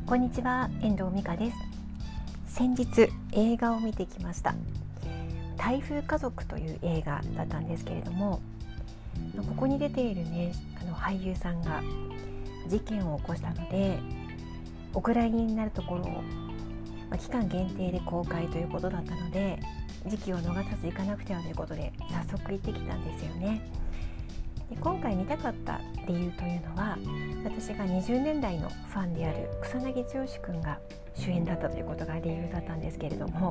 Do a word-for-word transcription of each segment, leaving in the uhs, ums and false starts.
こんにちは、遠藤美香です。先日映画を見てきました。台風家族という映画だったんですけれども、ここに出ているね、あの俳優さんが事件を起こしたのでお蔵入りになるところを、まあ、期間限定で公開ということだったので、時期を逃さず行かなくてはということで早速行ってきたんですよね。で今回見たかった理由というのは、私がにじゅうねんだいのファンである草薙剛くんが主演だったということが理由だったんですけれども、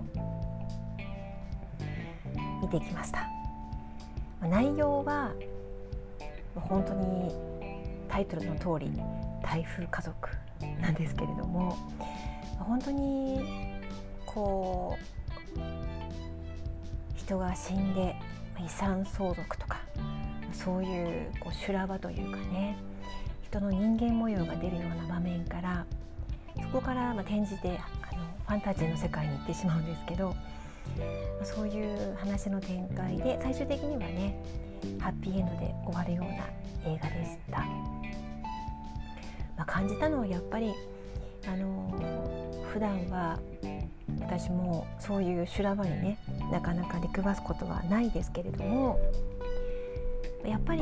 見てきました。内容は本当にタイトルの通り台風家族なんですけれども、本当にこう人が死んで遺産相続とか、そういうこう修羅場というかね、人の人間模様が出るような場面から、そこからまあ転じてあのファンタジーの世界に行ってしまうんですけど、そういう話の展開で最終的にはねハッピーエンドで終わるような映画でした。まあ、感じたのはやっぱりあの普段は私もそういう修羅場にねなかなか出くわすことはないですけれども、やっぱり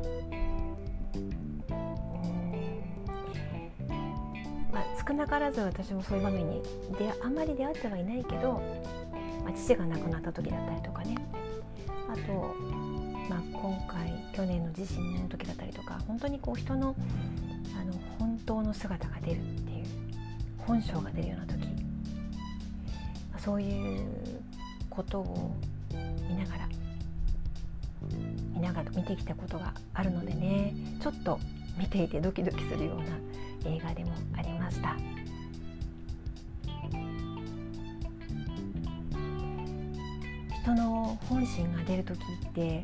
まあ、少なからず私もそういう場面にであんまり出会ってはいないけど、まあ、父が亡くなった時だったりとかね、あと、まあ、今回去年の地震の時だったりとか、本当にこう人の、あの本当の姿が出るっていう、本性が出るような時、そういうことを見ながら見ながら見てきたことがあるのでね、ちょっと見ていてドキドキするような映画でもありました。人の本心が出る時って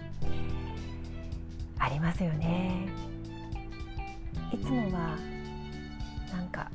ありますよね。いつもはなんか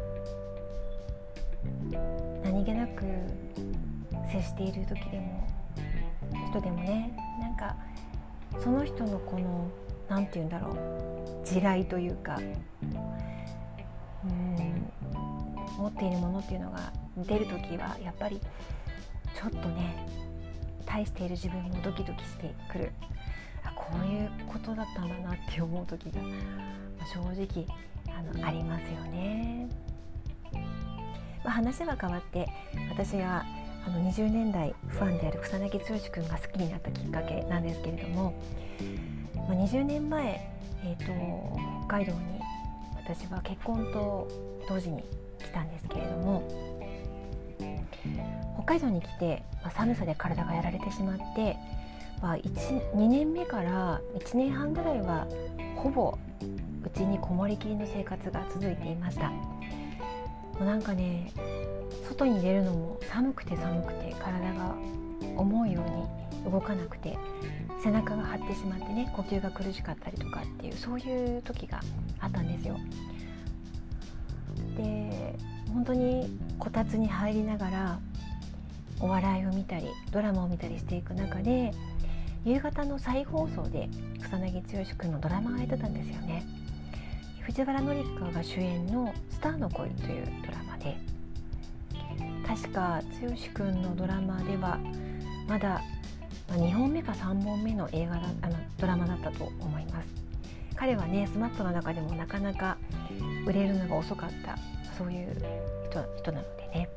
何気なく接している時でも人でもね、なんかその人のこのなんて言うんだろう、地雷というか、うーん持っているものっていうのが出るときはやっぱりちょっとね、対している自分もドキドキしてくる。あ、こういうことだったんだなって思うときが正直あのありますよね。まあ、話は変わって、私があのにじゅうねんだいファンである草薙剛くんが好きになったきっかけなんですけれども、まあ、にじゅうねんまえ、えーと、北海道に私は結婚と同時に来たんですけれども、北海道に来て、まあ、寒さで体がやられてしまって、まあ、にねんめからいちねんはんぐらいはほぼうちにこもりきりの生活が続いていました。もうなんかね、外に出るのも寒くて寒くて体が思うように動かなくて、背中が張ってしまってね、呼吸が苦しかったりとかっていう、そういう時があったんですよ。で、本当にこたつに入りながらお笑いを見たりドラマを見たりしていく中で、夕方の再放送で草薙剛くんのドラマがやってたんですよね。藤原紀香が主演のスターの恋というドラマで、確か剛くんのドラマではまだにほんめかさんぼんめの映画だあのドラマだったと思います。彼はね、スマップの中でもなかなか売れるのが遅かった、そういう 人, 人なのでね、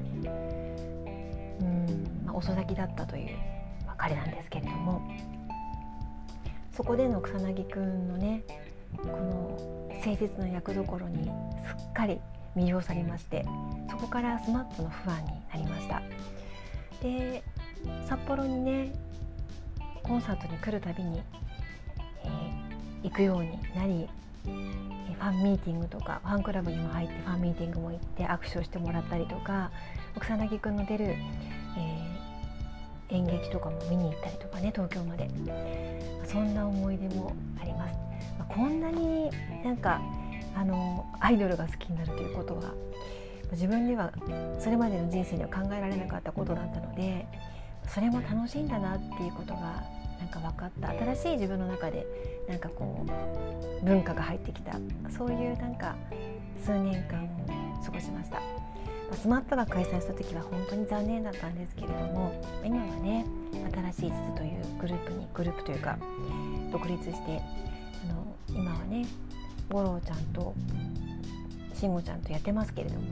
うーん、まあ、遅咲きだったという、まあ、彼なんですけれども、そこでの草薙くんのね、この誠実な役どころにすっかり魅了されまして、そこからスマップのファンになりました。で、札幌にねコンサートに来るたびに、えー、行くようになり、ファンミーティングとかファンクラブにも入ってファンミーティングも行って握手をしてもらったりとか、草薙くんの出る、えー、演劇とかも見に行ったりとかね、東京まで、そんな思い出もあります。まあ、こんなになんかあのアイドルが好きになるということは自分ではそれまでの人生には考えられなかったことだったので、それも楽しいんだなっていうことがなんなんか分かった、新しい自分の中でなんかこう文化が入ってきた、そういうなんか数年間を過ごしました。スマップが開催した時は本当に残念だったんですけれども、今はね新しい地図というグループにグループというか独立して、あの今はね五郎ちゃんと慎吾ちゃんとやってますけれども、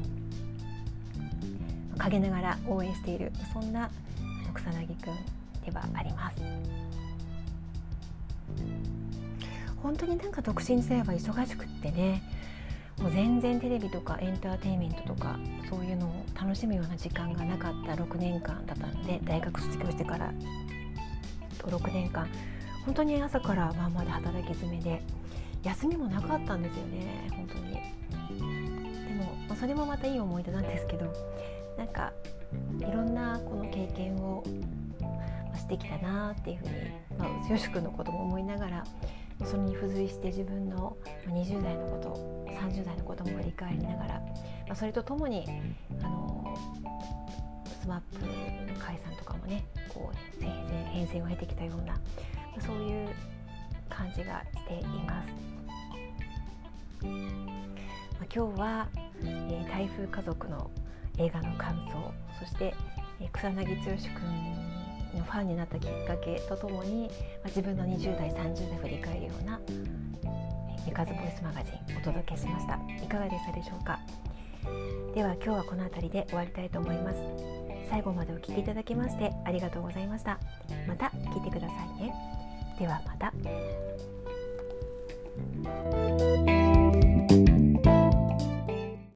陰ながら応援している、そんな草薙くんではあります。本当になんか独身時代は忙しくってね、もう全然テレビとかエンターテインメントとかそういうのを楽しむような時間がなかったろくねんかんだったので、大学卒業してからろくねんかん本当に朝から晩まで働き詰めで、休みもなかったんですよね本当に。でも、まあ、それもまたいい思い出なんですけど、なんかいろんなこの経験をしてきたなっていうふうに、まあ、剛くんのことも思いながら、それに付随して自分のにじゅう代のことさんじゅう代のことも振り返りながら、まあ、それとともにあのスマップの解散とかもねこう変遷を経てきたような、まあ、そういう感じがしています。まあ、今日は、えー、台風家族の映画の感想、そして、えー、草薙剛くんのファンになったきっかけとともに、まあ、自分のにじゅう代さんじゅう代振り返るようなミカズボイスマガジンお届けしました。いかがでしたでしょうか。では今日はこの辺りで終わりたいと思います。最後までお聞きいただきましてありがとうございました。また聞いてくださいね。ではまた。